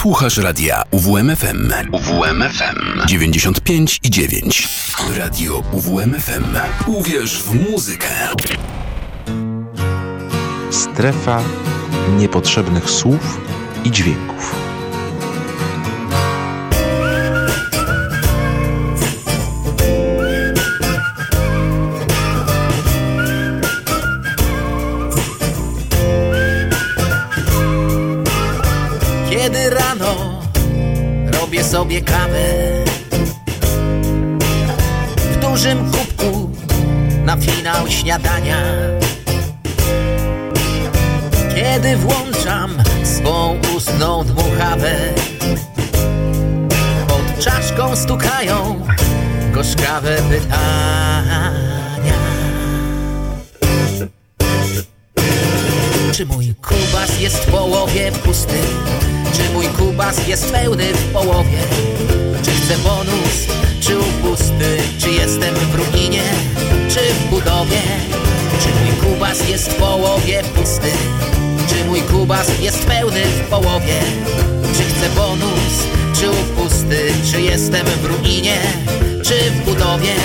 Słuchasz radia UWMFM. UWMFM 95,9. Radio UWMFM. Uwierz w muzykę. Strefa niepotrzebnych słów i dźwięków. Kiedy rano robię sobie kawę w dużym kubku na finał śniadania, kiedy włączam swą ustną dmuchawę, pod czaszką stukają gorzkawe pytania. Czy mój kubas jest w połowie pusty? Czy mój kubas jest pełny w połowie? Czy chcę bonus, czy upusty? Czy jestem w ruinie, czy w budowie? Czy mój kubas jest w połowie pusty? Czy mój kubas jest pełny w połowie? Czy chcę bonus, czy upusty? Czy jestem w ruinie, czy w budowie?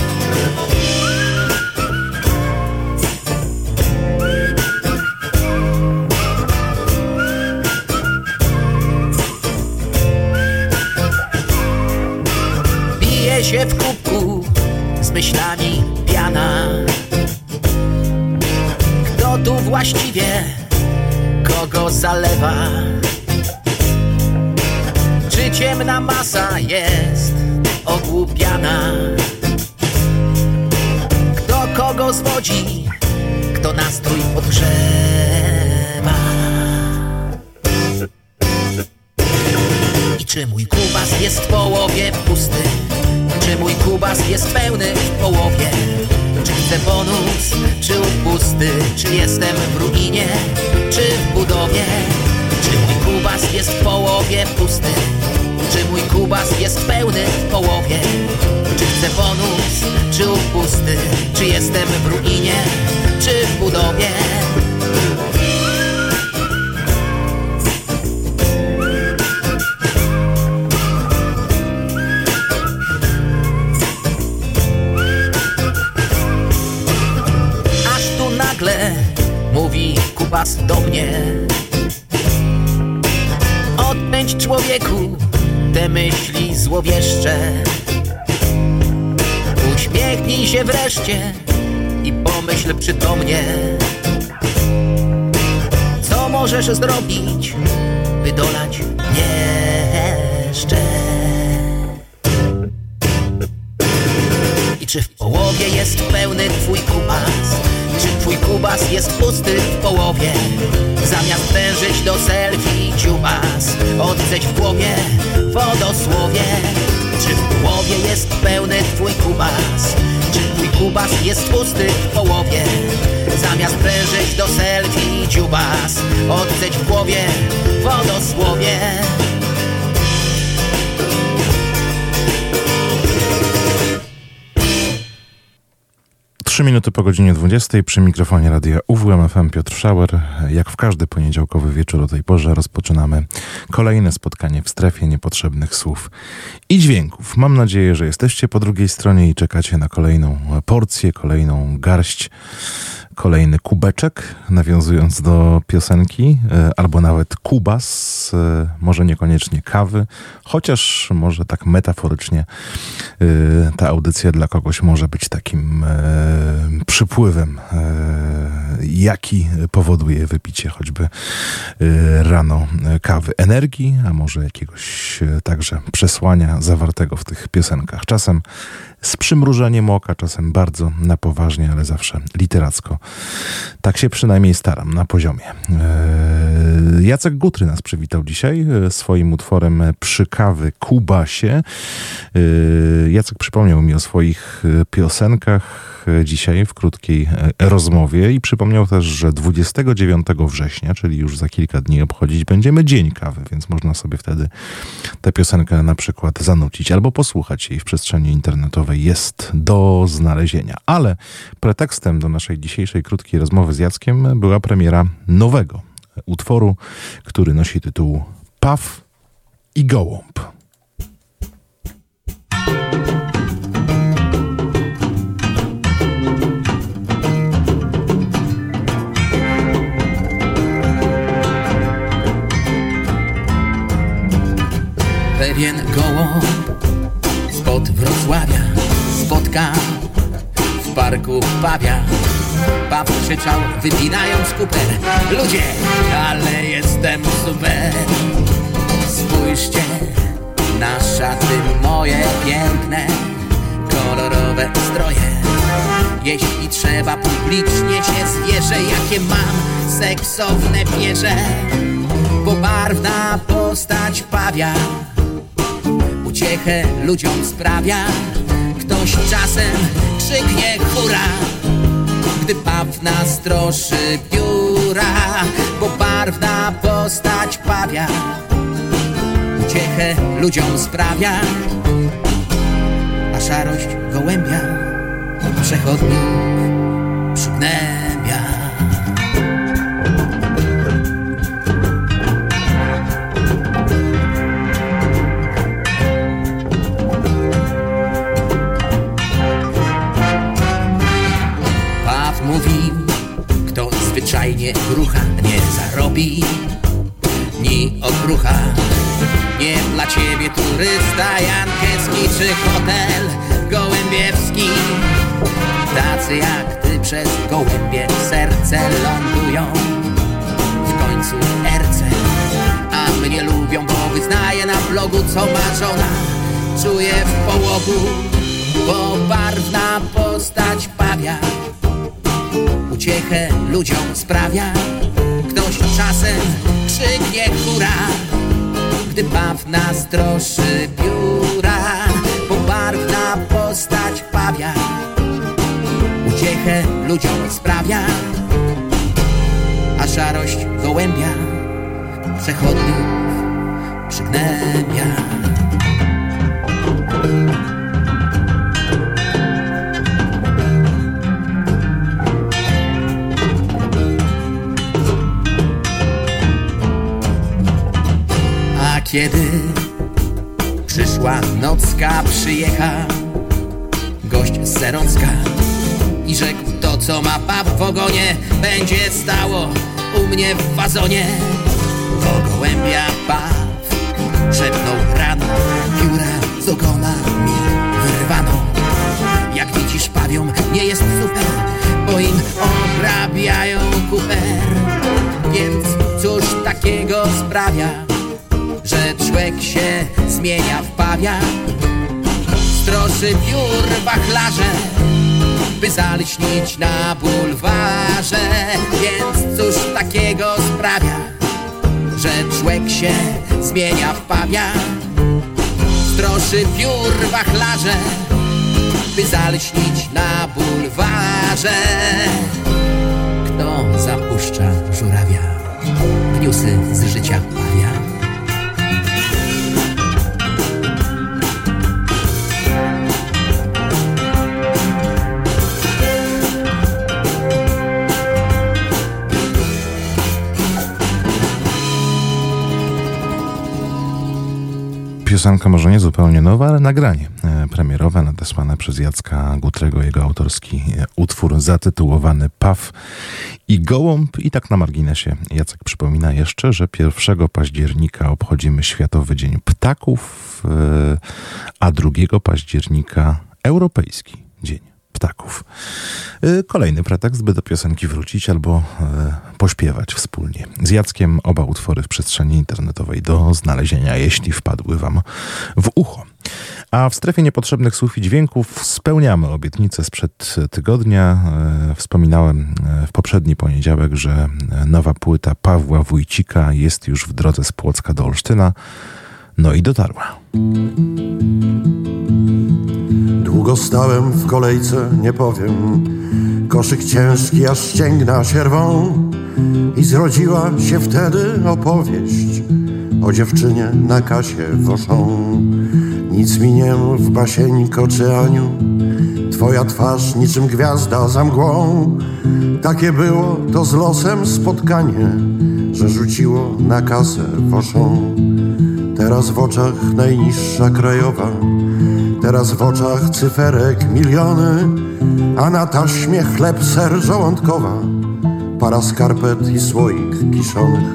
Bije się w kubku z myślami piana. Kto tu właściwie kogo zalewa? Czy ciemna masa jest ogłupiana? Kto kogo zwodzi? Kto nastrój podgrzewa? I czy mój kubas jest w połowie pusty? Czy mój kubas jest pełny w połowie? Czy chcę bonus, czy upusty? Czy jestem w ruinie, czy w budowie? Czy mój kubas jest w połowie pusty? Czy mój kubas jest pełny w połowie? Czy chcę bonus, czy upusty? Czy jestem w ruinie, czy w budowie? 'Nagle mówi kubas do mnie: odpędź, człowieku, te myśli złowieszcze. Uśmiechnij się wreszcie i pomyśl przytomnie, co możesz zrobić, by dolać jeszcze. I czy w połowie jest pełny twój kubas? Czy twój kubas jest pusty w połowie? Zamiast dążyć do selfie dziubas, odzeć w głowie wodosłowie. Czy w połowie jest pełny twój kubas? Czy twój kubas jest pusty w połowie? Zamiast dążyć do selfie dziubas, odzeć w głowie wodosłowie. 3 minuty po godzinie 20 przy mikrofonie radia UWMFM Piotr Schauer. Jak w każdy poniedziałkowy wieczór o tej porze rozpoczynamy kolejne spotkanie w strefie niepotrzebnych słów i dźwięków. Mam nadzieję, że jesteście po drugiej stronie i czekacie na kolejną porcję, kolejną garść, kolejny kubeczek, nawiązując do piosenki, albo nawet kubas, może niekoniecznie kawy, chociaż może tak metaforycznie ta audycja dla kogoś może być takim przypływem, jaki powoduje wypicie choćby rano kawy, energii, a może jakiegoś także przesłania zawartego w tych piosenkach. Czasem z przymrużeniem oka, czasem bardzo na poważnie, ale zawsze literacko. Tak się przynajmniej staram, na poziomie. Jacek Gutry nas przywitał dzisiaj swoim utworem Przy kawy Kubasie. Jacek przypomniał mi o swoich piosenkach dzisiaj w krótkiej rozmowie i przypomniał też, że 29 września, czyli już za kilka dni obchodzić będziemy Dzień Kawy, więc można sobie wtedy tę piosenkę na przykład zanucić albo posłuchać jej w przestrzeni internetowej, jest do znalezienia. Ale pretekstem do naszej dzisiejszej krótkiej rozmowy z Jackiem była premiera nowego utworu, który nosi tytuł Puff i Gołąb. Pewien gołąb spod Wrocławia spotkał w parku pawia. Paw krzyczał, wypinając kuper: ludzie, ale jestem super. Spójrzcie na szaty moje piękne, kolorowe stroje. Jeśli trzeba, publicznie się zwierzę, jakie mam seksowne pierze. Bo barwna postać pawia uciechę ludziom sprawia. Ktoś czasem krzyknie hurra, gdy paw nastroszy pióra. Bo barwna postać pawia uciechę ludziom sprawia, a szarość gołębia przechodniów przygnębia. Mówił, kto zwyczajnie grucha nie zarobi ni okrucha. Nie dla ciebie turysta jankiewski czy hotel gołębiewski. Tacy jak ty przez gołębie serce lądują w końcu erce. A mnie lubią, bo wyznaję na blogu, co ma żona czuje w połogu. Bo barwna postać pawia uciechę ludziom sprawia. Ktoś czasem krzyknie hurra, gdy paw nastroszy pióra. Bo barwna postać pawia uciechę ludziom sprawia, a szarość gołębia przechodniów przygnębia. Kiedy przyszła nocka, przyjechał gość z Serącka i rzekł: to co ma paw w ogonie będzie stało u mnie w wazonie. Do gołębia paw szepnął rano: pióra z ogona mi wyrwano. Jak widzisz, pawiom nie jest super, bo im obrabiają kuper. Więc cóż takiego sprawia, że człowiek się zmienia w pawia? Stroszy piór wachlarze, by zalśnić na bulwarze. Więc cóż takiego sprawia, że człowiek się zmienia w pawia? Stroszy piór wachlarze, by zalśnić na bulwarze. Kto zapuszcza żurawia w newsy z życia pawia? Piosenka może nie zupełnie nowa, ale nagranie premierowe nadesłane przez Jacka Gutrego, jego autorski utwór zatytułowany Paw i Gołąb. I tak na marginesie Jacek przypomina jeszcze, że 1 października obchodzimy Światowy Dzień Ptaków, a 2 października Europejski Dzień Ptaków. Kolejny pretekst, by do piosenki wrócić albo pośpiewać wspólnie. Z Jackiem oba utwory w przestrzeni internetowej do znalezienia, jeśli wpadły wam w ucho. A w strefie niepotrzebnych słów i dźwięków spełniamy obietnicę sprzed tygodnia. Wspominałem w poprzedni poniedziałek, że nowa płyta Pawła Wójcika jest już w drodze z Płocka do Olsztyna. No i dotarła. Długo stałem w kolejce, nie powiem. Koszyk ciężki, aż ścięgna się rwą. I zrodziła się wtedy opowieść o dziewczynie na kasie woszą. Nic mi nie mów, Basieńko czy Aniu, twoja twarz niczym gwiazda za mgłą. Takie było to z losem spotkanie, że rzuciło na kasę woszą. Teraz w oczach najniższa krajowa, teraz w oczach cyferek miliony, a na taśmie chleb, ser, żołądkowa, para skarpet i słoik kiszonych.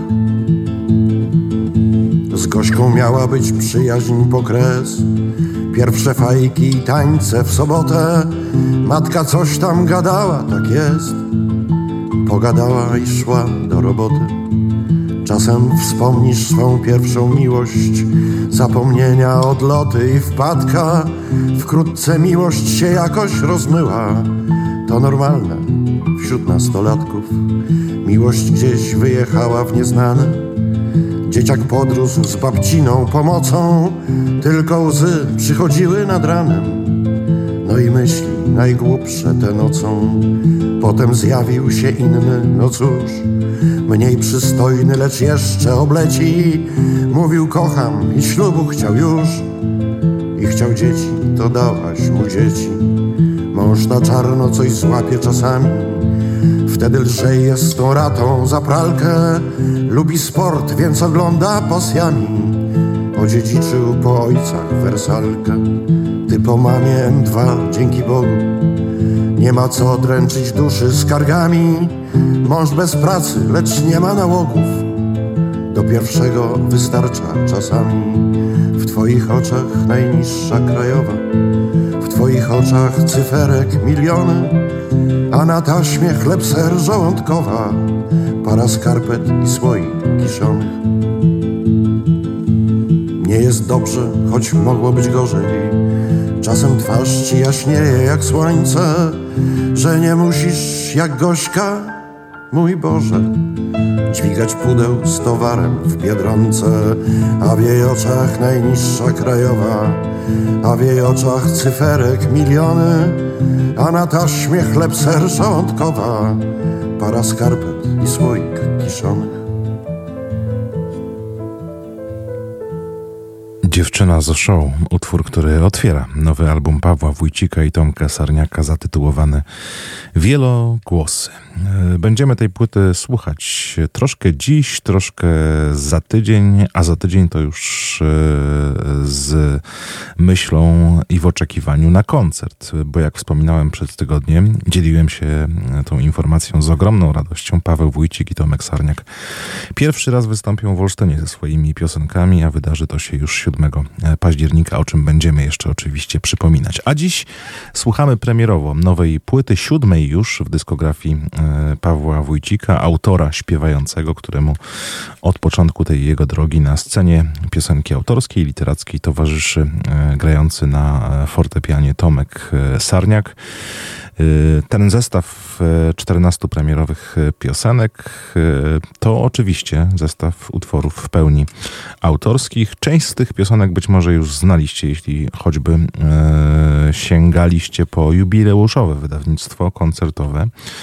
Z Gośką miała być przyjaźń po kres, pierwsze fajki i tańce w sobotę. Matka coś tam gadała, tak jest, pogadała i szła do roboty. Czasem wspomnisz swą pierwszą miłość, zapomnienia, odloty i wpadka. Wkrótce miłość się jakoś rozmyła, to normalne wśród nastolatków. Miłość gdzieś wyjechała w nieznane, dzieciak podrósł z babciną pomocą, tylko łzy przychodziły nad ranem, no i myśli najgłupsze tę nocą. Potem zjawił się inny, no cóż, mniej przystojny, lecz jeszcze obleci. Mówił kocham i ślubu chciał już i chciał dzieci, to dałaś mu dzieci. Mąż na czarno coś złapie czasami, wtedy lżej jest z tą ratą za pralkę. Lubi sport, więc ogląda pasjami, odziedziczył po ojcach wersalkę. Ty po mamie M2, dzięki Bogu, nie ma co dręczyć duszy skargami. Mąż bez pracy, lecz nie ma nałogów, do pierwszego wystarcza czasami. W twoich oczach najniższa krajowa, w twoich oczach cyferek miliony, a na taśmie chleb, ser, żołądkowa, para skarpet i słoik kiszonych. Nie jest dobrze, choć mogło być gorzej. Czasem twarz ci jaśnieje jak słońce, że nie musisz jak Gośka, mój Boże, dźwigać pudeł z towarem w Biedronce. A w jej oczach najniższa krajowa, a w jej oczach cyferek miliony, a na taśmie chleb, ser, żołądkowa, para skarpet i słoik kiszonych. Dziewczyna z show, utwór, który otwiera nowy album Pawła Wójcika i Tomka Sarniaka zatytułowany Wielogłosy. Będziemy tej płyty słuchać troszkę dziś, troszkę za tydzień, a za tydzień to już z myślą i w oczekiwaniu na koncert, bo jak wspominałem przed tygodniem, dzieliłem się tą informacją z ogromną radością. Paweł Wójcik i Tomek Sarniak pierwszy raz wystąpią w Olsztynie ze swoimi piosenkami, a wydarzy to się już 7 października, o czym będziemy jeszcze oczywiście przypominać. A dziś słuchamy premierowo nowej płyty, 7 już w dyskografii Pawła Wójcika, autora śpiewającego, któremu od początku tej jego drogi na scenie piosenki autorskiej, literackiej towarzyszy grający na fortepianie Tomek Sarniak. Ten zestaw 14 premierowych piosenek to oczywiście zestaw utworów w pełni autorskich. Część z tych piosenek być może już znaliście, jeśli choćby sięgaliście po jubileuszowe wydawnictwo koncertowe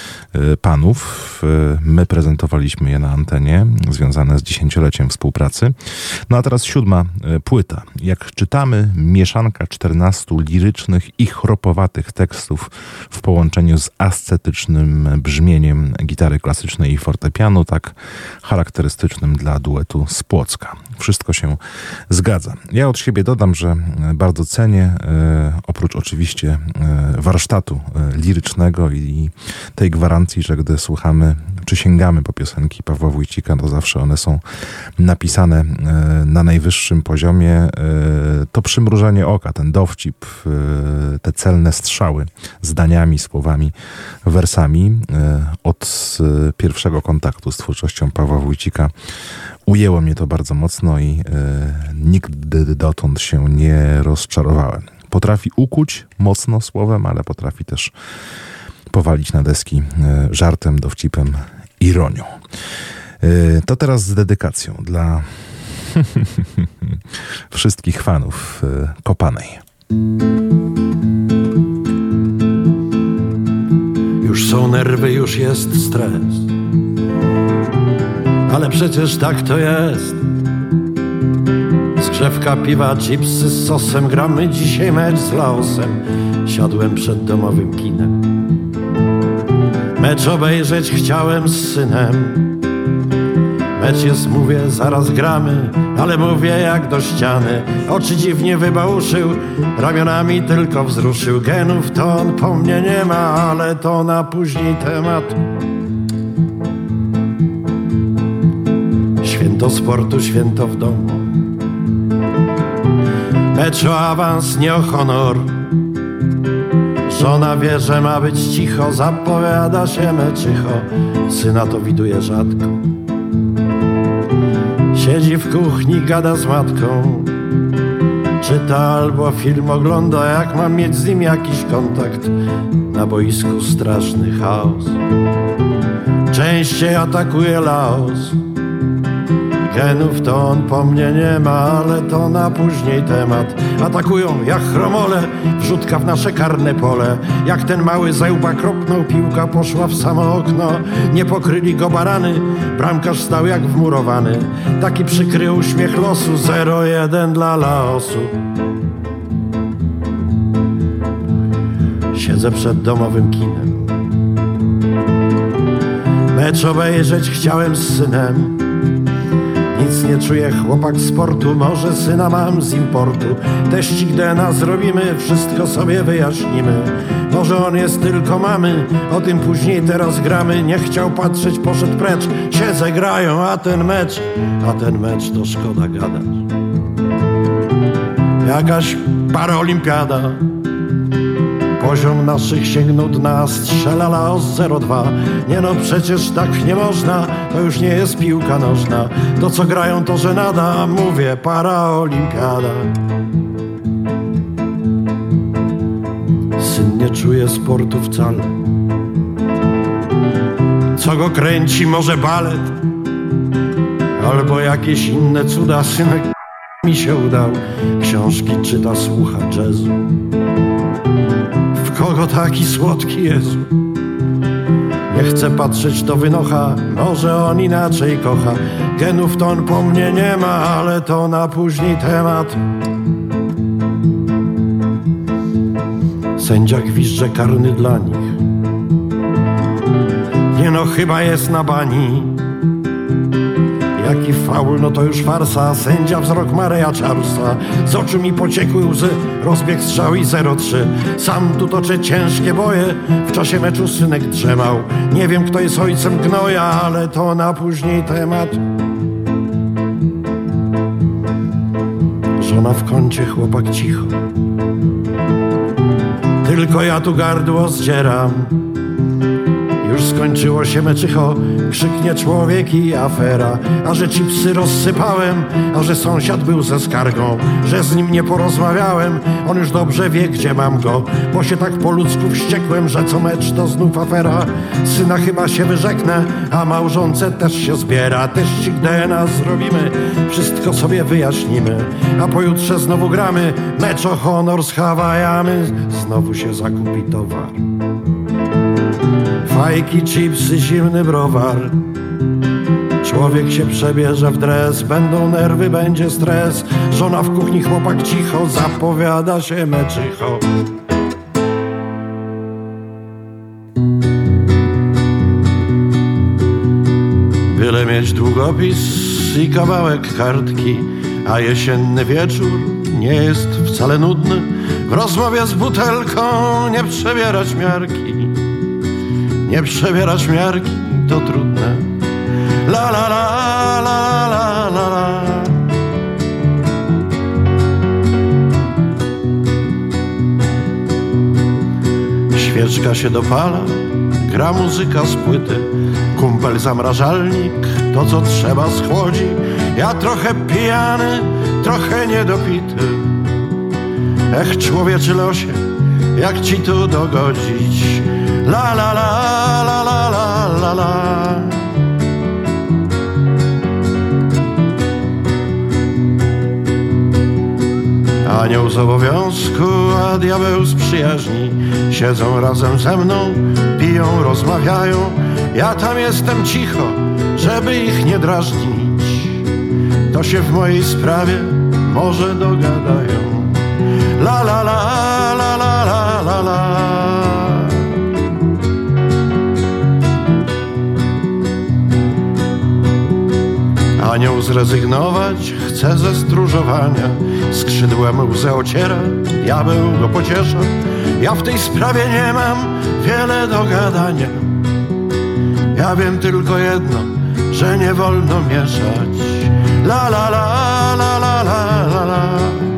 Panów. My prezentowaliśmy je na antenie, związane z 10-leciem współpracy. No a teraz 7 płyta. Jak czytamy, mieszanka 14 lirycznych i chropowatych tekstów w połączeniu z ascetycznym brzmieniem gitary klasycznej i fortepianu, tak charakterystycznym dla duetu z Płocka. Wszystko się zgadza. Ja od siebie dodam, że bardzo cenię, oprócz oczywiście warsztatu lirycznego i tej gwarancji, że gdy słuchamy czy sięgamy po piosenki Pawła Wójcika, to zawsze one są napisane na najwyższym poziomie. To przymrużenie oka, ten dowcip, te celne strzały zdaniami, słowami, wersami od pierwszego kontaktu z twórczością Pawła Wójcika ujęło mnie to bardzo mocno i nigdy dotąd się nie rozczarowałem. Potrafi ukuć mocno słowem, ale potrafi też powalić na deski żartem, dowcipem, ironią. To teraz z dedykacją dla wszystkich fanów Kopanej. Już są nerwy, już jest stres, ale przecież tak to jest. Skrzewka piwa, chipsy z sosem, gramy dzisiaj mecz z Laosem. Siadłem przed domowym kinem, mecz obejrzeć chciałem z synem. Mecz jest, mówię, zaraz gramy, ale mówię jak do ściany. Oczy dziwnie wybałuszył, ramionami tylko wzruszył. Genów to on po mnie nie ma, ale to na później temat. Święto sportu, święto w domu. Mecz o awans, nie o honor. Żona wie, że ma być cicho, zapowiada się meczycho. Syna to widuje rzadko. Siedzi w kuchni, gada z matką. Czyta albo film ogląda, jak mam mieć z nim jakiś kontakt. Na boisku straszny chaos. Częściej atakuje Laos. Genów to on po mnie nie ma, ale to na później temat. Atakują jak chromole, wrzutka w nasze karne pole. Jak ten mały zęba kropnął, piłka poszła w samo okno. Nie pokryli go barany, bramkarz stał jak wmurowany. Taki przykry uśmiech losu, 0-1 dla Laosu. Siedzę przed domowym kinem. Mecz obejrzeć chciałem z synem. Nic nie czuję, chłopak sportu, może syna mam z importu. Teścik DNA zrobimy, wszystko sobie wyjaśnimy. Może on jest tylko mamy, o tym później, teraz gramy. Nie chciał patrzeć, poszedł precz. Siedzę, grają, a ten mecz to szkoda gadać. Jakaś paraolimpiada. Poziom naszych sięgnął dna, strzela Laos 0-2. Nie no, przecież tak nie można, to już nie jest piłka nożna. To co grają to żenada, mówię paraolimpiada. Syn nie czuje sportu wcale. Co go kręci, może balet? Albo jakieś inne cuda, synek mi się udał. Książki czyta, słucha jazzu. Kogo taki słodki Jezu? Nie chcę patrzeć, to wynocha, może on inaczej kocha. Genów to on po mnie nie ma, ale to na później temat. Sędzia gwizdże karny dla nich. Nie no, chyba jest na bani. Jaki faul, no to już farsa. Sędzia wzrok Mareja Charlesa. Z oczu mi pociekły łzy, rozbieg strzał i 0-3. Sam tu toczę ciężkie boje, w czasie meczu synek drzemał. Nie wiem, kto jest ojcem gnoja, ale to na później temat. Żona w kącie, chłopak cicho. Tylko ja tu gardło zdzieram. Już skończyło się meczycho, krzyknie człowiek i afera. A że chipsy rozsypałem, a że sąsiad był ze skargą, że z nim nie porozmawiałem, on już dobrze wie, gdzie mam go. Bo się tak po ludzku wściekłem, że co mecz to znów afera. Syna chyba się wyrzeknę, a małżonce też się zbiera. Teścik DNA zrobimy, wszystko sobie wyjaśnimy. A pojutrze znowu gramy, mecz o honor z Hawajami. Znowu się zakupi towar. Fajki, chipsy, zimny browar. Człowiek się przebierze w dres, będą nerwy, będzie stres. Żona w kuchni, chłopak cicho, zapowiada się meczycho. Byle mieć długopis i kawałek kartki, a jesienny wieczór nie jest wcale nudny. W rozmowie z butelką nie przebierać miarki. Nie przebierać miarki to trudne. La la la la la la la. Świeczka się dopala, gra muzyka z płyty. Kumpel zamrażalnik, to co trzeba schłodzi. Ja trochę pijany, trochę niedopity. Ech, człowieczy losie, jak ci tu dogodzić? La la la la la la la la. Anioł z obowiązku, a diabeł z przyjaźni. Siedzą razem ze mną, piją, rozmawiają. Ja tam jestem cicho, żeby ich nie drażnić. To się w mojej sprawie może dogadają. La la la la la la la la. zrezygnować chce ze stróżowania. Skrzydłem łzę ociera, diabeł go pociesza. Ja w tej sprawie nie mam wiele do gadania. Ja wiem tylko jedno, że nie wolno mieszać. La la la la la la la la.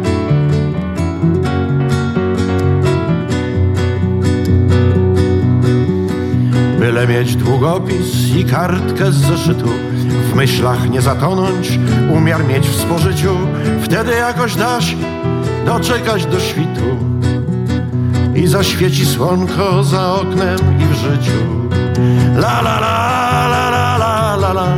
Byle mieć długopis i kartkę z zeszytu, w myślach nie zatonąć, umiar mieć w spożyciu. Wtedy jakoś da się doczekać do świtu i zaświeci słonko za oknem i w życiu. La la la la la la la la.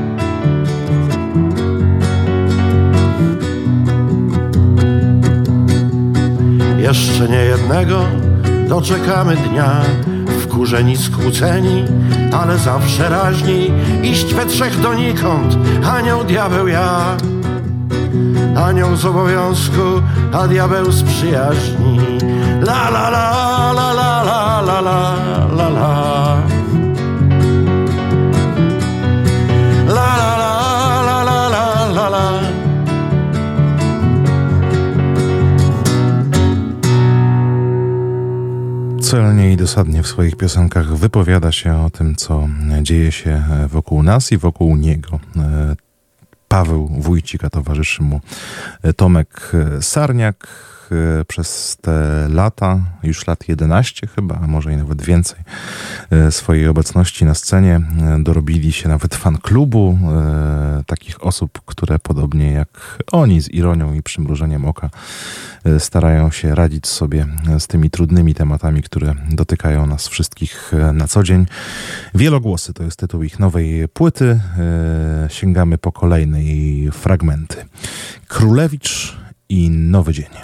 Jeszcze nie jednego doczekamy dnia, wkurzeni, skłóceni, ale zawsze raźni, iść we trzech donikąd, anioł, diabeł, ja. Anioł z obowiązku, a diabeł z przyjaźni. La la la la la la la la la la. La la la la la la la. Celnie i dosadnie w swoich piosenkach wypowiada się o tym, co dzieje się wokół nas i wokół niego. Paweł Wójcik, a towarzyszy mu Tomek Sarniak. Przez te lata, już lat 11 chyba, a może i nawet więcej, swojej obecności na scenie dorobili się nawet fan klubu takich osób, które podobnie jak oni z ironią i przymrużeniem oka starają się radzić sobie z tymi trudnymi tematami, które dotykają nas wszystkich na co dzień. Wielogłosy to jest tytuł ich nowej płyty. Sięgamy po kolejne jej fragmenty. Królewicz i Nowy Dzień.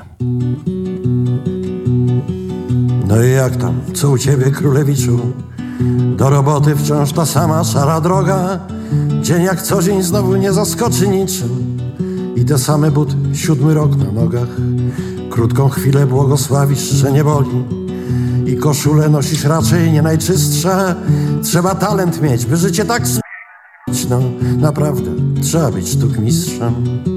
No i jak tam? Co u ciebie, królewiczu? Do roboty wciąż ta sama szara droga. Dzień jak co dzień znowu nie zaskoczy niczym. I te same buty, 7. rok na nogach. Krótką chwilę błogosławisz, że nie boli. I koszulę nosisz raczej nie najczystsze. Trzeba talent mieć, by życie tak s***ć. No naprawdę, trzeba być sztukmistrzem.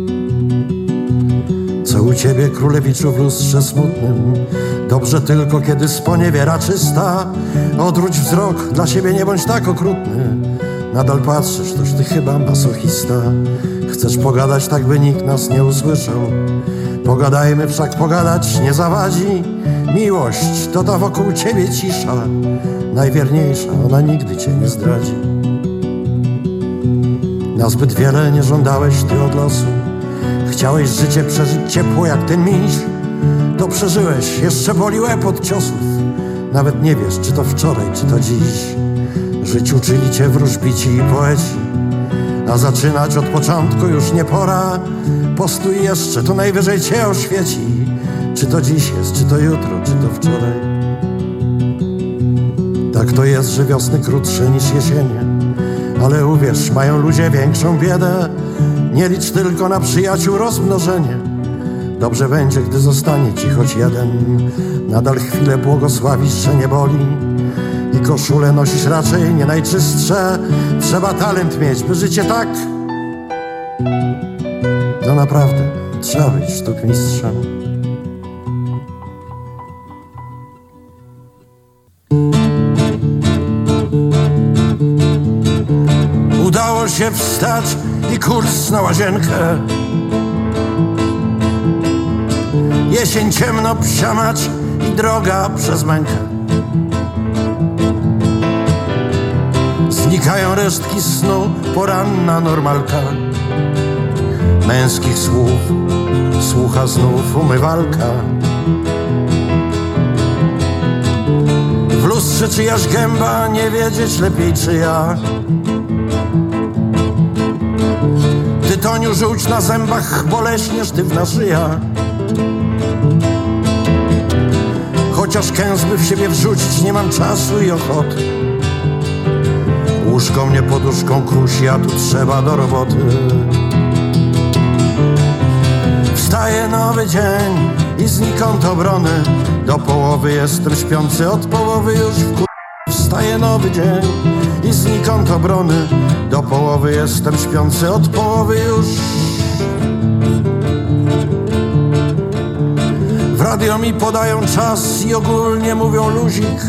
Co u ciebie, królewiczu, w lustrze smutnym? Dobrze tylko, kiedy sponiewiera czysta. Odwróć wzrok, dla siebie nie bądź tak okrutny. Nadal patrzysz, toż ty chyba masochista. Chcesz pogadać tak, by nikt nas nie usłyszał. Pogadajmy, wszak pogadać nie zawadzi. Miłość to ta wokół ciebie cisza. Najwierniejsza, ona nigdy cię nie zdradzi. Na zbyt wiele nie żądałeś ty od losu. Chciałeś życie przeżyć ciepło jak ten miś. To przeżyłeś, jeszcze boli łeb od ciosów. Nawet nie wiesz, czy to wczoraj, czy to dziś. Żyć uczyli cię wróżbici i poeci, a zaczynać od początku już nie pora. Postój jeszcze, to najwyżej cię oświeci. Czy to dziś jest, czy to jutro, czy to wczoraj. Tak to jest, że wiosny krótsze niż jesienie. Ale uwierz, mają ludzie większą biedę. Nie licz tylko na przyjaciół rozmnożenie. Dobrze będzie, gdy zostanie ci choć jeden. Nadal chwilę błogosławisz, że nie boli. I koszulę nosisz raczej nie najczystsze. Trzeba talent mieć, by życie tak. No naprawdę, trzeba być sztukmistrzem. Udało się wstać i kurs na łazienkę. Jesień ciemno, psia mać i droga przez mękę. Znikają resztki snu, poranna normalka. Męskich słów słucha znów umywalka. W lustrze czyjaś gęba, nie wiedzieć lepiej czyja. Tytoniu żółć na zębach, boleśnie sztywna szyja. Chociaż kęsby w siebie wrzucić, nie mam czasu i ochoty. Łóżko mnie poduszką krusi, a tu trzeba do roboty. Wstaje nowy dzień i znikąd obrony. Do połowy jestem śpiący, od połowy już w Wstaje nowy dzień i znikąd znikąd obrony. Do połowy jestem śpiący, od połowy już. W radio mi podają czas i ogólnie mówią luzik.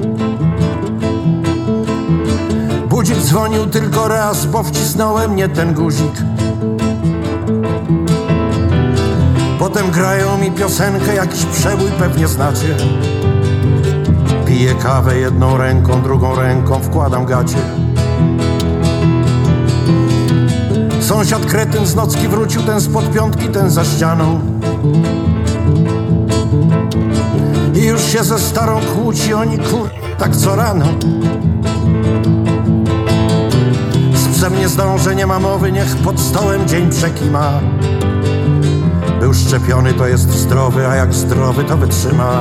Budzik dzwonił tylko raz, bo wcisnąłem nie ten guzik. Potem grają mi piosenkę, jakiś przebój pewnie znacie. Piję kawę jedną ręką, drugą ręką wkładam gacie. Sąsiad kretyn z nocki wrócił, ten spod piątki, ten za ścianą. I już się ze starą kłóci, oni tak co rano. Z psem nie zdążę, nie ma mowy, niech pod stołem dzień przekima. Był szczepiony, to jest zdrowy, a jak zdrowy, to wytrzyma.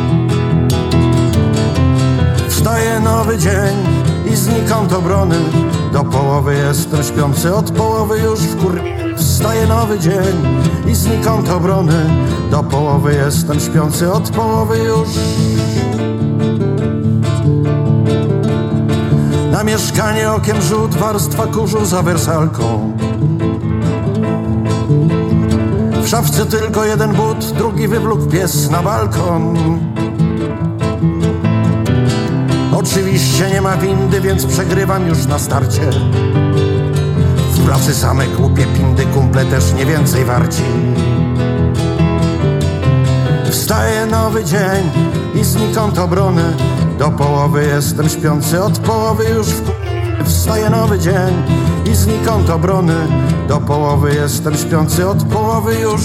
Wstaje nowy dzień i znikąd obrony. Do połowy jestem śpiący, od połowy już Wstaje nowy dzień i znikąd obrony. Do połowy jestem śpiący, od połowy już. Na mieszkanie okiem rzut, warstwa kurzu za wersalką. W szafce tylko jeden but, drugi wywlókł pies na balkon. Oczywiście nie ma windy, więc przegrywam już na starcie. W pracy same głupie pindy, kumple też nie więcej warci. Wstaje nowy dzień i znikąd obrony. Do połowy jestem śpiący, od połowy już Wstaje nowy dzień i znikąd obrony. Do połowy jestem śpiący, od połowy już.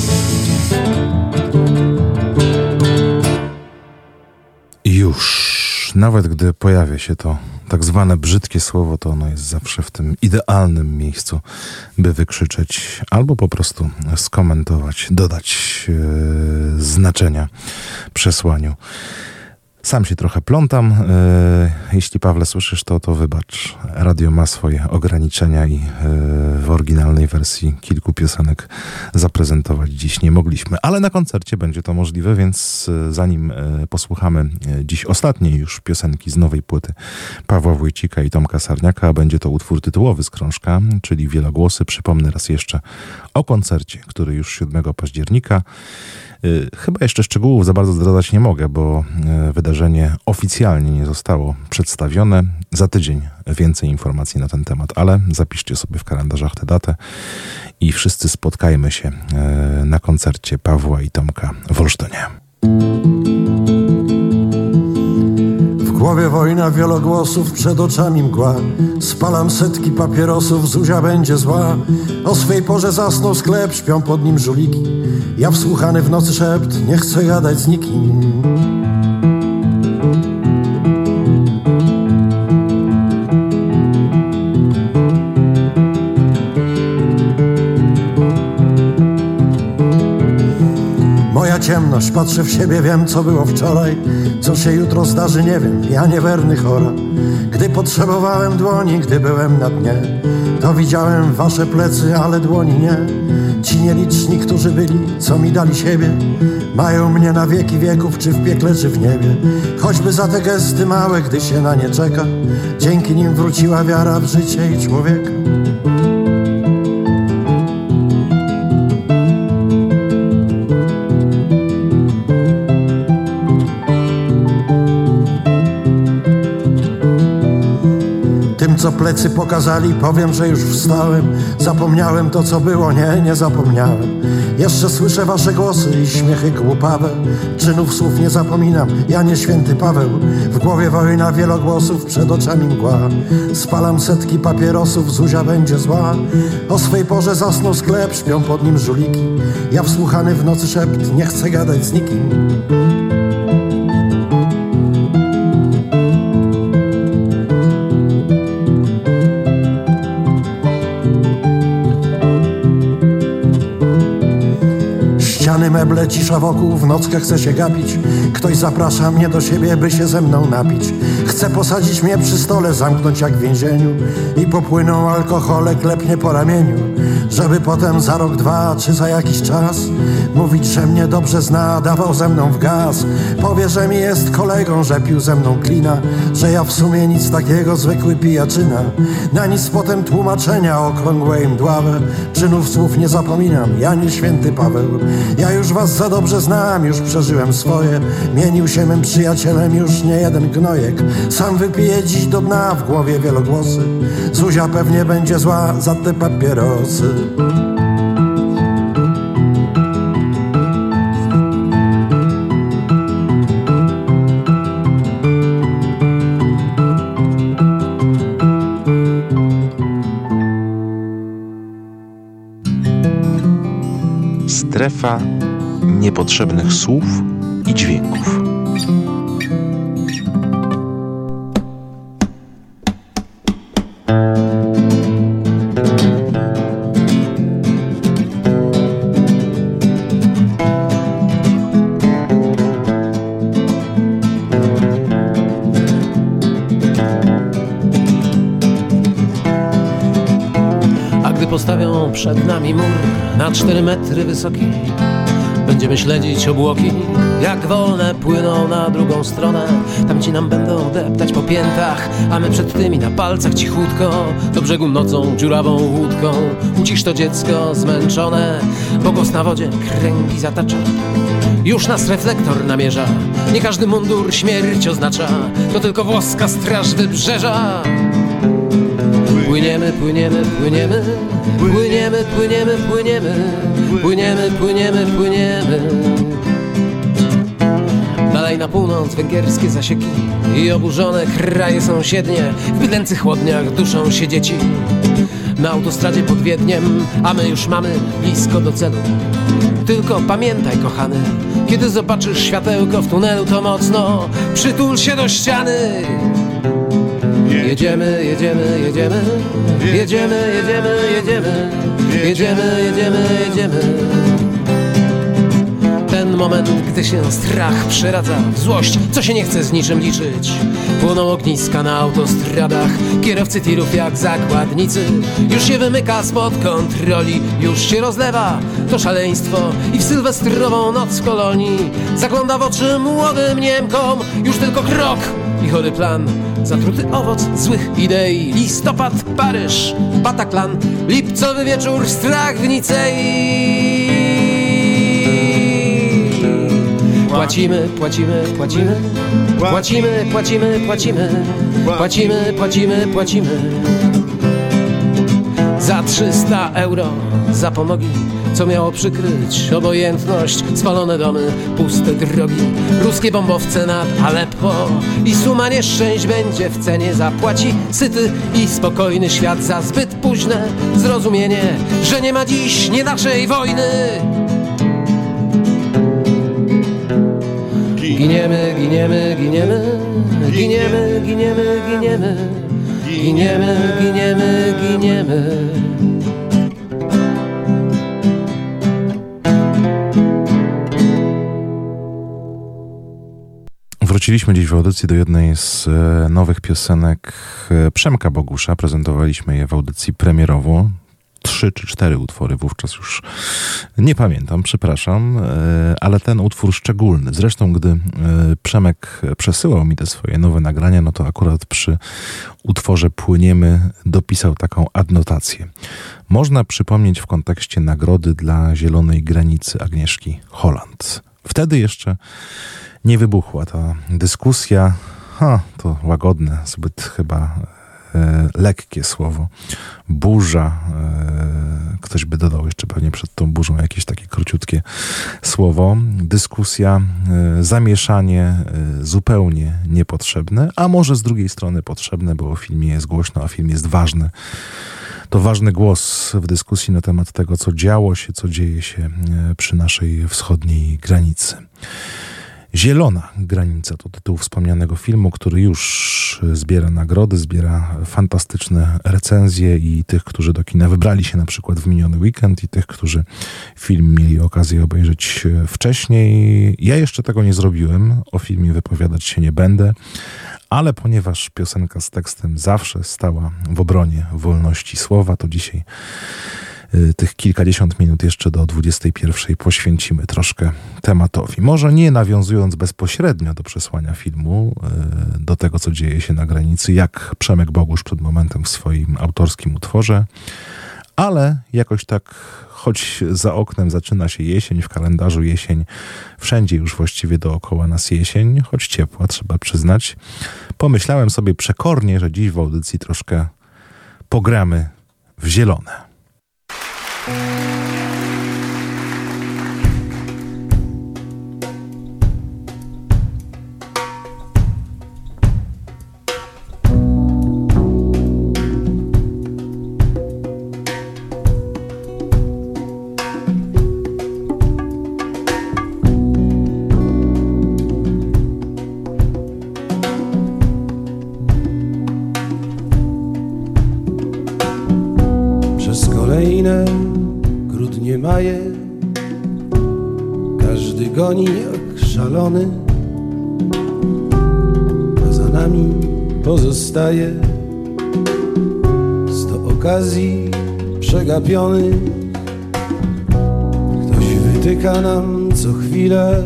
Już. Nawet gdy pojawia się to tak zwane brzydkie słowo, to ono jest zawsze w tym idealnym miejscu, by wykrzyczeć albo po prostu skomentować, dodać znaczenia przesłaniu. Sam się trochę plątam. Jeśli, Pawle, słyszysz to wybacz. Radio ma swoje ograniczenia i w oryginalnej wersji kilku piosenek zaprezentować dziś nie mogliśmy. Ale na koncercie będzie to możliwe, więc zanim posłuchamy dziś ostatniej już piosenki z nowej płyty Pawła Wójcika i Tomka Sarniaka, będzie to utwór tytułowy z krążka, czyli Wielogłosy. Przypomnę raz jeszcze o koncercie, który już 7 października. Chyba jeszcze szczegółów za bardzo zdradzać nie mogę, bo wydarzenie oficjalnie nie zostało przedstawione. Za tydzień więcej informacji na ten temat, ale zapiszcie sobie w kalendarzach tę datę i wszyscy spotkajmy się na koncercie Pawła i Tomka w Olsztynie. W głowie wojna wielogłosów, przed oczami mgła. Spalam setki papierosów, Zuzia będzie zła. O swej porze zasnął sklep, śpią pod nim żuliki. Ja wsłuchany w nocy szept, nie chcę gadać z nikim. Moja ciemność, patrzę w siebie, wiem co było wczoraj. Co się jutro zdarzy, nie wiem, ja niewerny chora. Gdy potrzebowałem dłoni, gdy byłem na dnie, to widziałem wasze plecy, ale dłoni nie. Ci nieliczni, którzy byli, co mi dali siebie, mają mnie na wieki wieków, czy w piekle, czy w niebie. Choćby za te gesty małe, gdy się na nie czeka, dzięki nim wróciła wiara w życie i człowieka. Tym, co plecy pokazali, powiem, że już wstałem. Zapomniałem to, co było, nie zapomniałem. Jeszcze słyszę wasze głosy i śmiechy głupawe. Czynów słów nie zapominam, ja nie święty Paweł. W głowie wojna wielogłosów, przed oczami mgła. Spalam setki papierosów, Zuzia będzie zła. O swej porze zasnął sklep, śpią pod nim żuliki. Ja wsłuchany w nocy szept, nie chcę gadać z nikim. Ściany, meble, cisza wokół, w nockę chce się gapić. Ktoś zaprasza mnie do siebie, by się ze mną napić. Chce posadzić mnie przy stole, zamknąć jak w więzieniu. I popłyną alkohole, klepnie po ramieniu. żeby potem za rok, dwa czy za jakiś czas mówić, że mnie dobrze zna, dawał ze mną w gaz. Powie, że mi jest kolegą, że pił ze mną klina, że ja w sumie nic takiego, zwykły pijaczyna. Na nic potem tłumaczenia okrągłe i mdławe, czynów słów nie zapominam, ja nie święty Paweł. Ja już was za dobrze znam, już przeżyłem swoje, mienił się mym przyjacielem już nie jeden gnojek. Sam wypiję dziś do dna, w głowie wielogłosy, Zuzia pewnie będzie zła za te papierosy. Strefa niepotrzebnych słów i dźwięków. Postawią przed nami mur na 4 metry wysoki, będziemy śledzić obłoki, jak wolne płyną na drugą stronę. Tamci nam będą deptać po piętach, a my przed tymi na palcach cichutko do brzegu nocą dziurawą łódką. Ucisz to dziecko zmęczone, bo głos na wodzie kręgi zatacza. Już nas reflektor namierza, nie każdy mundur śmierć oznacza, to tylko włoska straż wybrzeża. Płyniemy, płyniemy, płyniemy, płyniemy, płyniemy, płyniemy, płyniemy, płyniemy, płyniemy. Dalej na północ węgierskie zasieki i oburzone kraje sąsiednie. W bydlęcych chłodniach duszą się dzieci na autostradzie pod Wiedniem, a my już mamy blisko do celu. Tylko pamiętaj, kochany, kiedy zobaczysz światełko w tunelu, to mocno przytul się do ściany. Jedziemy, jedziemy, jedziemy, jedziemy, jedziemy, jedziemy, jedziemy, jedziemy, jedziemy. Ten moment, gdy się strach przeradza w złość, co się nie chce z niczym liczyć. Płoną ogniska na autostradach, kierowcy tirów jak zakładnicy. Już się wymyka spod kontroli, już się rozlewa to szaleństwo i w sylwestrową noc w kolonii zagląda w oczy młodym Niemkom już tylko krok i chory plan. Zatruty owoc złych idei, listopad, Paryż, Bataclan, lipcowy wieczór, strach w Nicei. Płacimy, płacimy, płacimy, płacimy, płacimy, płacimy, płacimy, płacimy, płacimy. Za 300 euro za pomogi, co miało przykryć obojętność. Spalone domy, puste drogi, ruskie bombowce nad Aleppo i suma nieszczęść będzie w cenie. Zapłaci syty i spokojny świat za zbyt późne zrozumienie, że nie ma dziś nie naszej wojny. Giniemy, giniemy, giniemy, giniemy, giniemy, giniemy, giniemy, giniemy, giniemy. Wróciliśmy dziś w audycji do jednej z nowych piosenek Przemka Bogusza. Prezentowaliśmy je w audycji premierowo. 3 czy 4 utwory, wówczas już nie pamiętam, przepraszam, ale ten utwór szczególny. Zresztą, gdy Przemek przesyłał mi te swoje nowe nagrania, no to akurat przy utworze Płyniemy dopisał taką adnotację. Można przypomnieć w kontekście nagrody dla Zielonej Granicy Agnieszki Holland. Wtedy jeszcze nie wybuchła ta dyskusja, to łagodne, zbyt chyba lekkie słowo, burza, ktoś by dodał jeszcze pewnie przed tą burzą jakieś takie króciutkie słowo, dyskusja, zamieszanie zupełnie niepotrzebne, a może z drugiej strony potrzebne, bo o filmie jest głośno, a film jest ważny. To ważny głos w dyskusji na temat tego, co działo się, co dzieje się przy naszej wschodniej granicy. Zielona granica to tytuł wspomnianego filmu, który już zbiera nagrody, zbiera fantastyczne recenzje i tych, którzy do kina wybrali się na przykład w miniony weekend i tych, którzy film mieli okazję obejrzeć wcześniej. Ja jeszcze tego nie zrobiłem, o filmie wypowiadać się nie będę, ale ponieważ piosenka z tekstem zawsze stała w obronie wolności słowa, to dzisiaj tych kilkadziesiąt minut jeszcze do 21 poświęcimy troszkę tematowi. Może nie nawiązując bezpośrednio do przesłania filmu, do tego, co dzieje się na granicy, jak Przemek Bogusz przed momentem w swoim autorskim utworze, ale jakoś tak, choć za oknem zaczyna się jesień, w kalendarzu jesień, wszędzie już właściwie dookoła nas jesień, choć ciepła, trzeba przyznać, pomyślałem sobie przekornie, że dziś w audycji troszkę pogramy w zielone. Grudnie, maje, każdy goni jak szalony, a za nami pozostaje 100 okazji przegapionych. Ktoś wytyka nam co chwilę,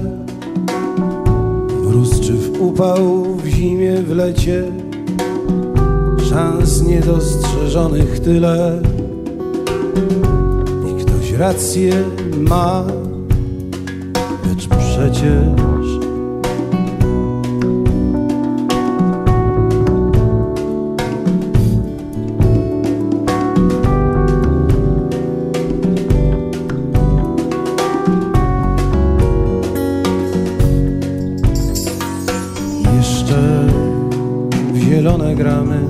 w mróz czy w upał, w zimie, w lecie, szans niedostrzeżonych tyle. Rację ma, lecz przecież jeszcze w zielone gramy,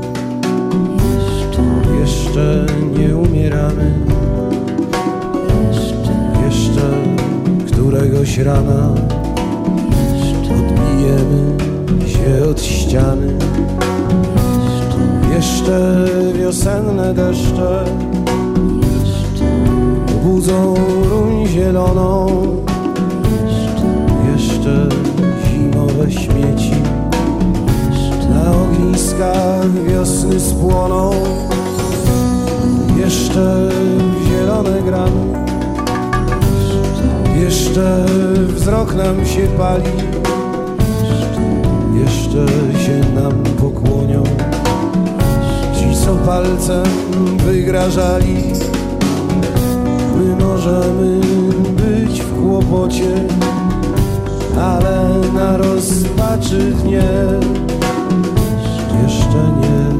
jeszcze nie umieramy. Któregoś rana odbijemy się od ściany. Jeszcze wiosenne deszcze obudzą ruń zieloną. Jeszcze zimowe śmieci na ogniskach wiosny spłoną. Jeszcze w zielone gramy, jeszcze wzrok nam się pali, jeszcze się nam pokłonią ci, co palcem wygrażali. My możemy być w kłopocie, ale na rozpaczy dnie jeszcze nie.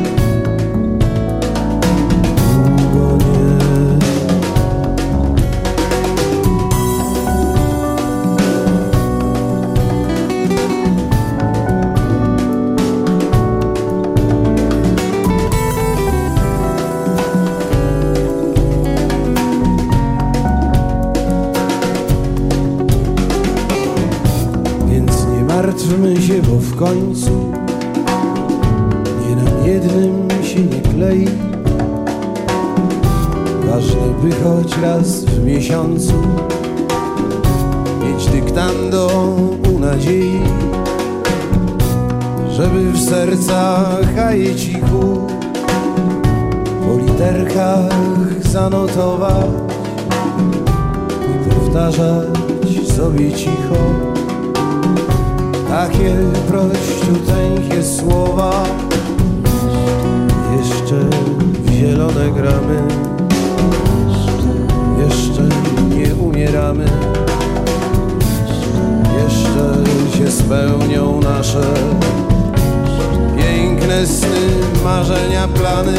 Martwmy się, bo w końcu nie nam jednym się nie klei. Ważne, by choć raz w miesiącu mieć dyktando u nadziei, żeby w sercach, a je cichu po literkach zanotować i powtarzać sobie cicho takie prościuteńkie słowa. Jeszcze w zielone gramy, jeszcze nie umieramy, jeszcze się spełnią nasze piękne sny, marzenia, plany.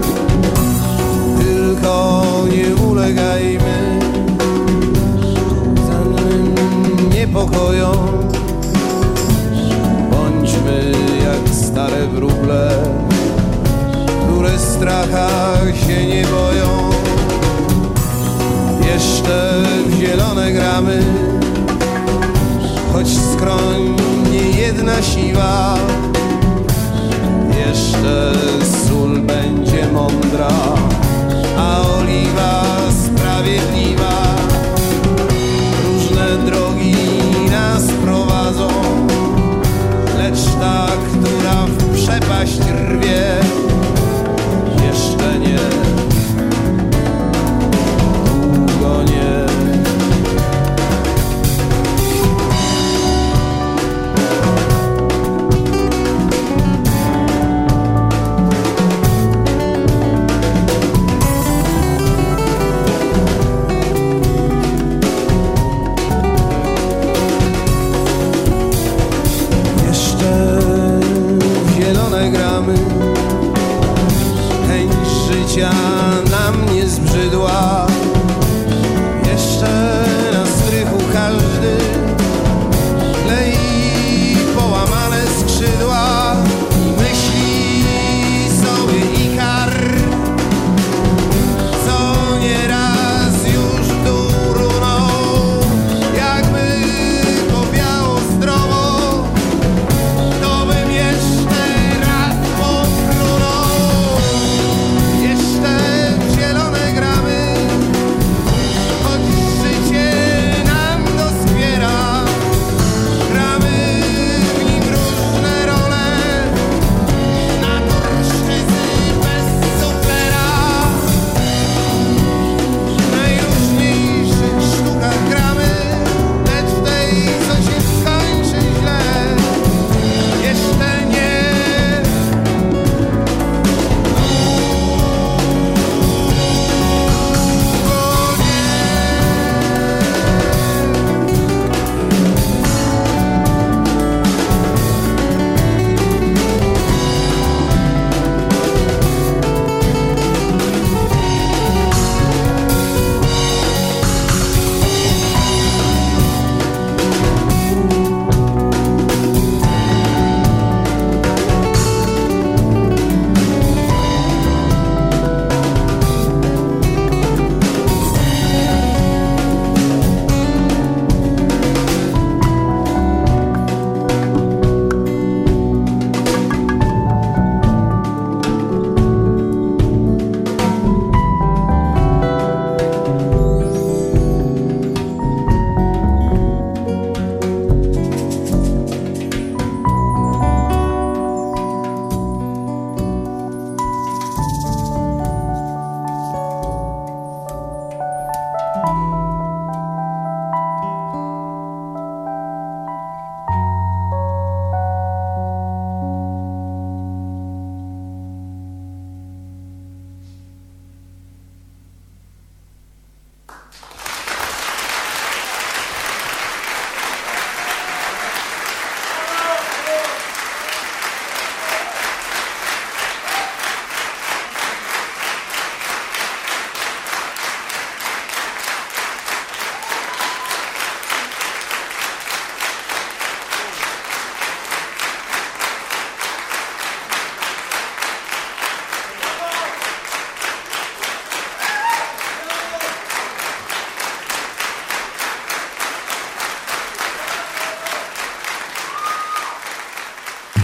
Tylko nie ulegajmy sennym niepokojom. Bądźmy jak stare wróble, które w strachach się nie boją. Jeszcze w zielone gramy, choć skroń nie jedna siła. Jeszcze sól będzie mądra, a oliwa sprawiedliwa. Różne drogi nas prowadzą, lecz ta, która w przepaść rwie, jeszcze nie.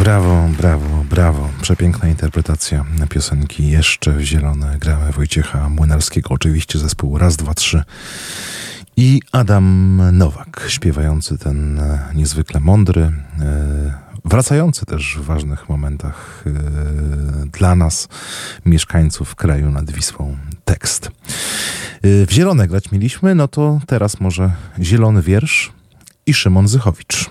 Brawo, brawo, brawo. Przepiękna interpretacja piosenki Jeszcze w zielone gramy Wojciecha Młynarskiego. Oczywiście zespół Raz, Dwa, Trzy i Adam Nowak, śpiewający ten niezwykle mądry, wracający też w ważnych momentach dla nas, mieszkańców kraju nad Wisłą, tekst. W zielone grać mieliśmy, no to teraz może zielony wiersz i Szymon Zychowicz.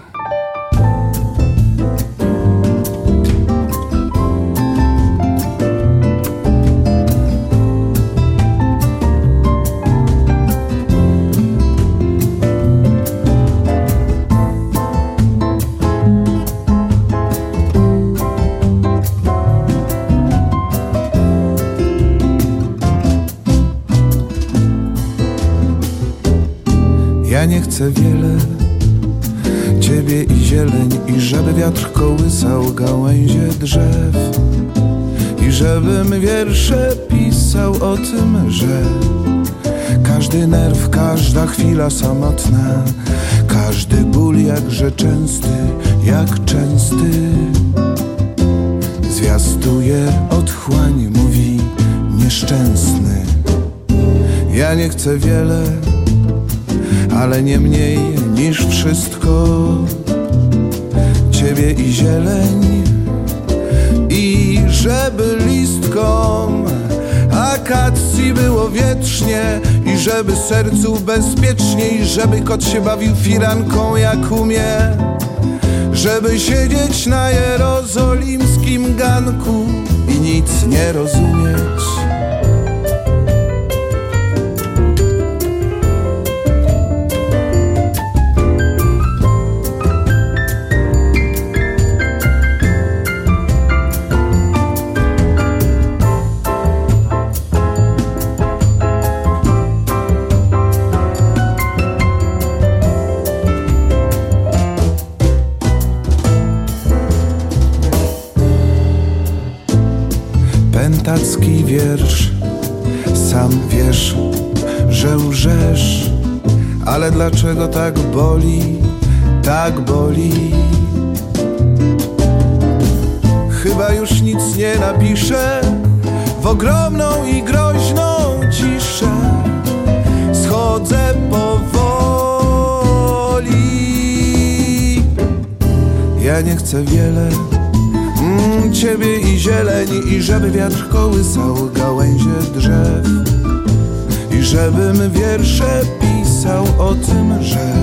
Ja nie chcę wiele, ciebie i zieleń, i żeby wiatr kołysał gałęzie drzew, i żebym wiersze pisał o tym, że każdy nerw, każda chwila samotna, każdy ból jakże częsty, jak częsty, zwiastuje otchłań, mówi nieszczęsny. Ja nie chcę wiele, ale nie mniej niż wszystko, ciebie i zieleń, i żeby listkom akacji było wiecznie, i żeby sercu bezpieczniej, żeby kot się bawił firanką jak umie, żeby siedzieć na jerozolimskim ganku i nic nie rozumieć. Pentacki wiersz, sam wiesz, że łżesz, ale dlaczego tak boli, tak boli? Chyba już nic nie napiszę w ogromną i groźną ciszę, schodzę powoli. Ja nie chcę wiele, ciebie i zieleń, i żeby wiatr kołysał gałęzie drzew, i żebym wiersze pisał o tym, że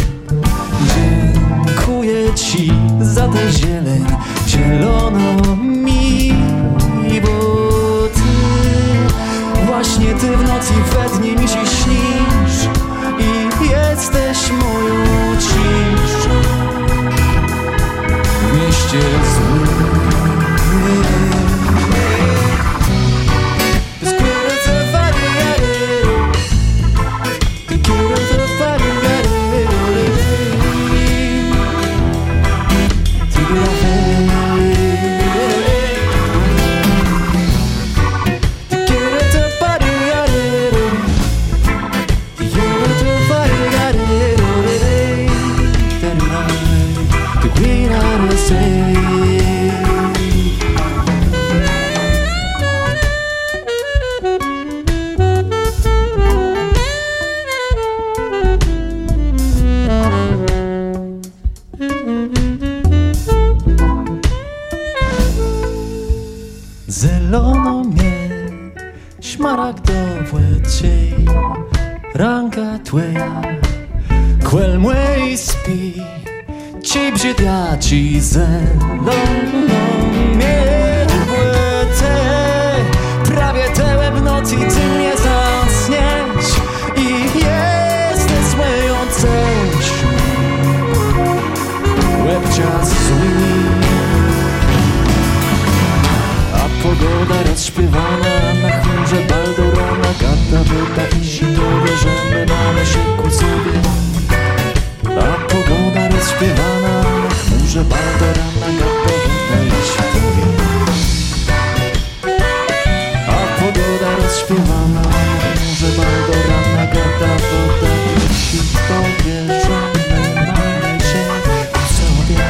Dziękuję ci za tę zieleń zieloną noc i we dnie mi się śnisz i jesteś moją ciszą w mieście złym. Zielono mnie, szmaragdowe cień, ranka twoja, quel mojej spi, ci brzydlaci zielono mnie te, prawie te w nocy ty mnie zasniesz i jesteś moją ceścią, łebcia zły. Pogoda rozśpiewana na chmurze Baldurana, gada woda i zimowe, że my mamy się ku sobie. A pogoda rozśpiewana na chmurze Baldurana, gada woda i zimowe. A pogoda rozśpiewana na chmurze Baldurana, gada woda i zimowe, że my mamy się ku sobie.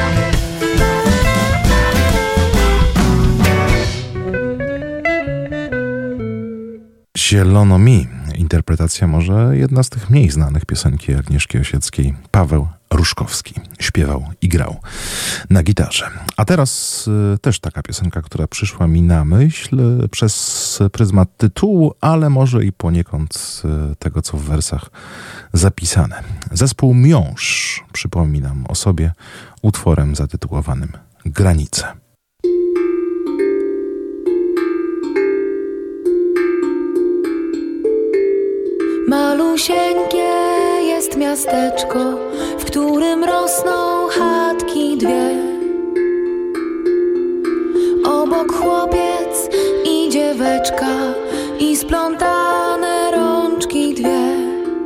Zielono mi. Interpretacja może jedna z tych mniej znanych piosenki Agnieszki Osieckiej. Paweł Ruszkowski śpiewał i grał na gitarze. A teraz też taka piosenka, która przyszła mi na myśl przez pryzmat tytułu, ale może i poniekąd tego, co w wersach zapisane. Zespół Miąższ przypominam o sobie utworem zatytułowanym Granice. Malusieńkie jest miasteczko, w którym rosną chatki dwie. Obok chłopiec i dzieweczka i splątane rączki dwie.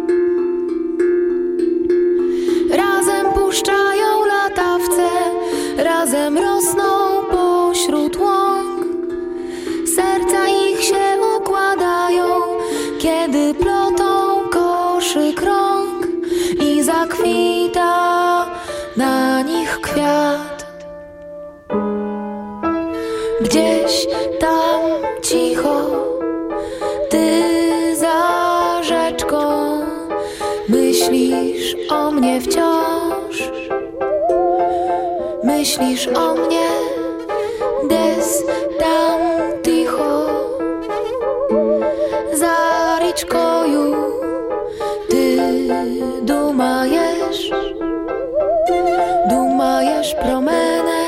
Razem puszczają latawce, razem rosną pośród łąk. Serca ich się układają, kiedy plotą koszyk rąk i zakwita na nich kwiat. Gdzieś tam cicho, ty za rzeczką, myślisz o mnie wciąż. Myślisz o mnie, des tam ticho, za rічкою ty думаєш про мене.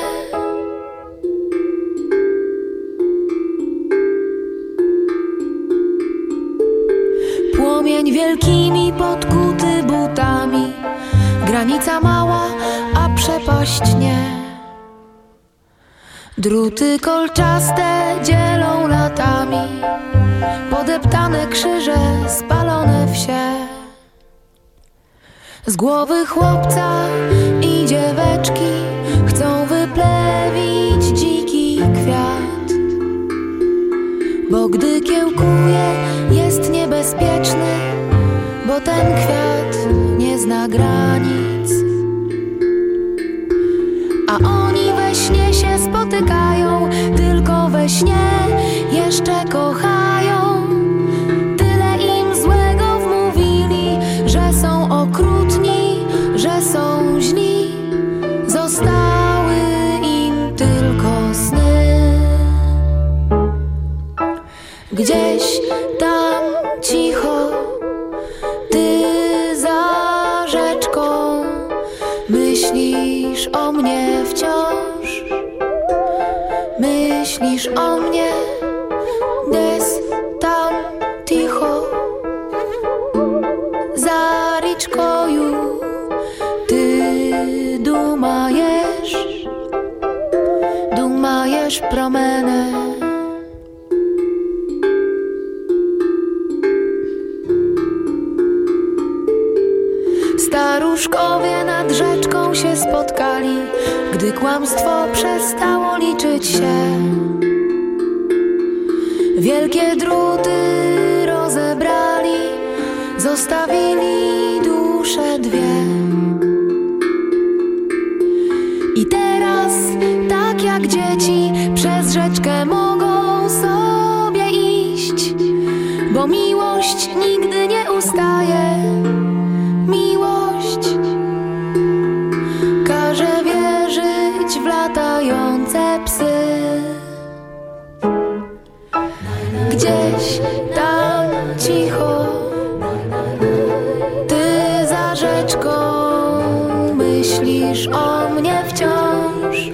Płomień wielkimi podkuty butami, granica mała, a przepaść nie. Druty kolczaste dzielą latami, podeptane krzyże, spalone wsie. Z głowy chłopca i dzieweczki chcą wyplewić dziki kwiat, bo gdy kiełkuje, jest niebezpieczny, bo ten kwiat nie zna granic. A oni we śnie się spotykają, tylko we śnie jeszcze kochają. Tyle im złego wmówili, że są okrutni, że są źli. Zostały im tylko sny. Gdzieś tam cicho, ty za rzeczką, myślisz o mnie wciąż. Myślisz o mnie, des tam ticho, Dumajesz promenę. Staruszkowie nad rzeczką się spotkali, gdy kłamstwo przestało liczyć się. Wielkie druty rozebrali, zostawili dusze dwie. I teraz, tak jak dzieci, przez rzeczkę mogą sobie iść, bo miłość nigdy nie ustaje. Miłość każe wierzyć w latające psy. Gdzieś tam cicho, ty za rzeczką myślisz o mnie wciąż.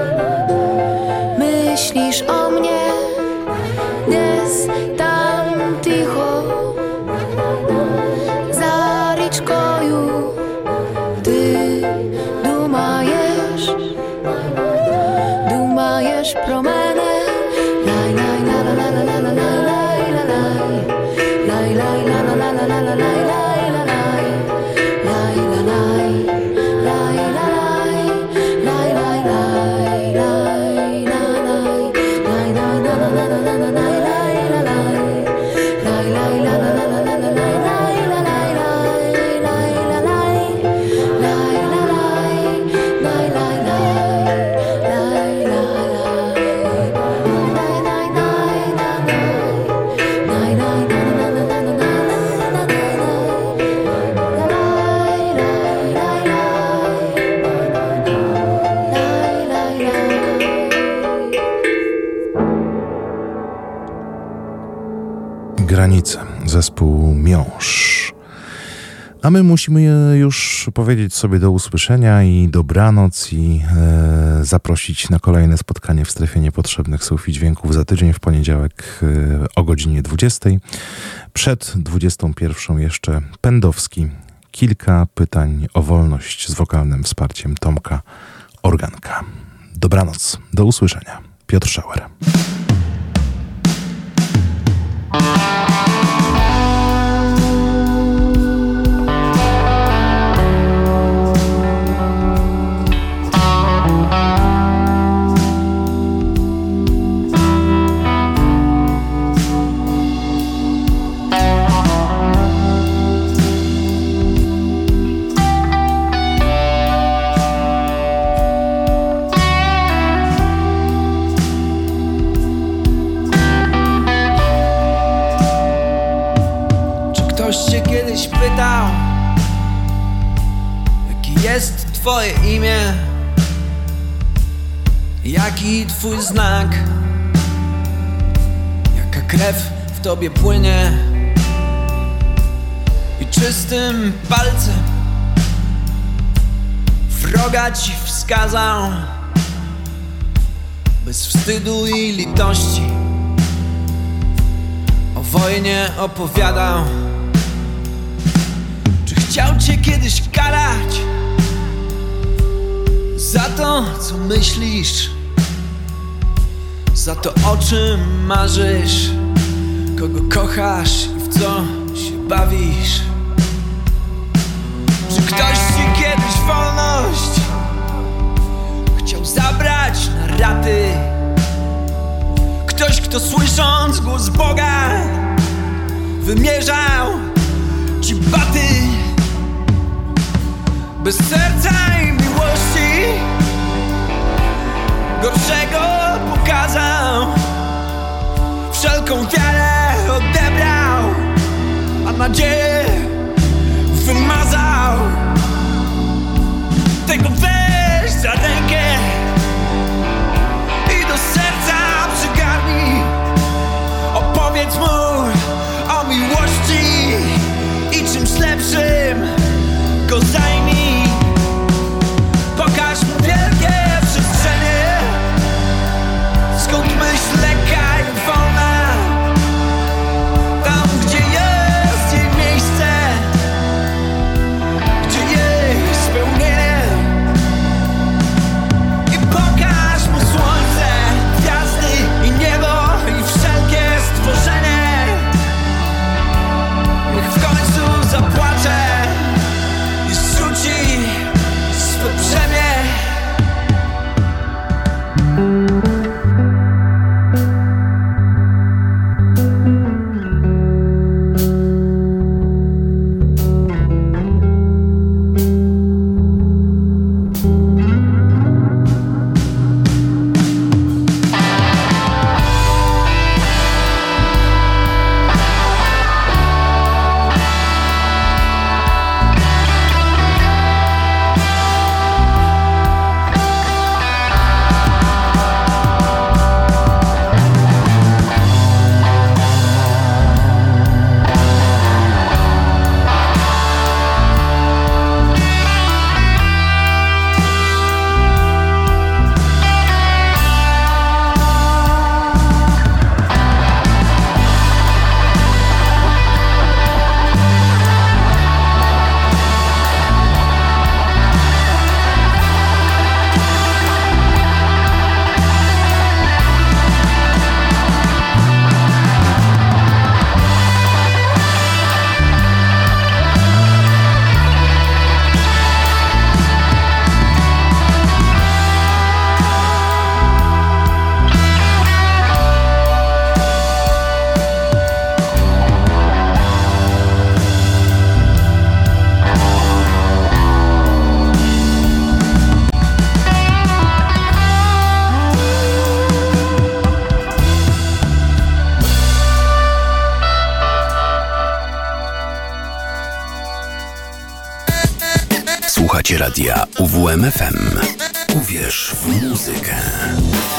Myślisz o mnie, gdzieś tam cicho, za rzeczkoju ty dumajesz promenę. Laj, laj, la, la, la, la, la, la, la, laj, la, laj. Laj, laj, la, la, la, la, la, la, laj, laj, la, laj. Laj, la, laj. Laj, la, laj. Laj, laj, laj. Laj, la, laj. Laj, laj, la, la, la, la, la, la, laj, laj, la, laj. Laj, laj, la, la, la, la, la, la, laj, laj, la, laj, laj. Laj, la, laj. Laj, la, laj. Laj, laj, laj. Laj, la, Granice, zespół Miąższ. A my musimy już powiedzieć sobie do usłyszenia i dobranoc i zaprosić na kolejne spotkanie w Strefie Niepotrzebnych Słów i Dźwięków za tydzień w poniedziałek o godzinie 20. Przed 21 jeszcze Pędowski. Kilka pytań o wolność z wokalnym wsparciem Tomka Organka. Dobranoc, do usłyszenia. Piotr Schauer. Pytał, jaki jest twoje imię, jaki twój znak, jaka krew w tobie płynie i czystym palcem wroga ci wskazał, bez wstydu i litości o wojnie opowiadał. Chciał cię kiedyś karać za to, co myślisz, za to, o czym marzysz, kogo kochasz i w co się bawisz. Czy ktoś ci kiedyś wolność chciał zabrać na raty? Ktoś, kto słysząc głos Boga wymierzał ci baty? Bez serca i miłości gorszego pokazał, wszelką wiarę odebrał, a nadzieję wymazał. Tego weź za rękę i do serca przygarnij. Opowiedz mu o miłości i czymś lepszym go zajmij. Pokaż mu wielkie przestrzenie, skąd myśl lekka i wolna, tam gdzie jest jej miejsce. Słuchacie radia UWMFM. Uwierz w muzykę.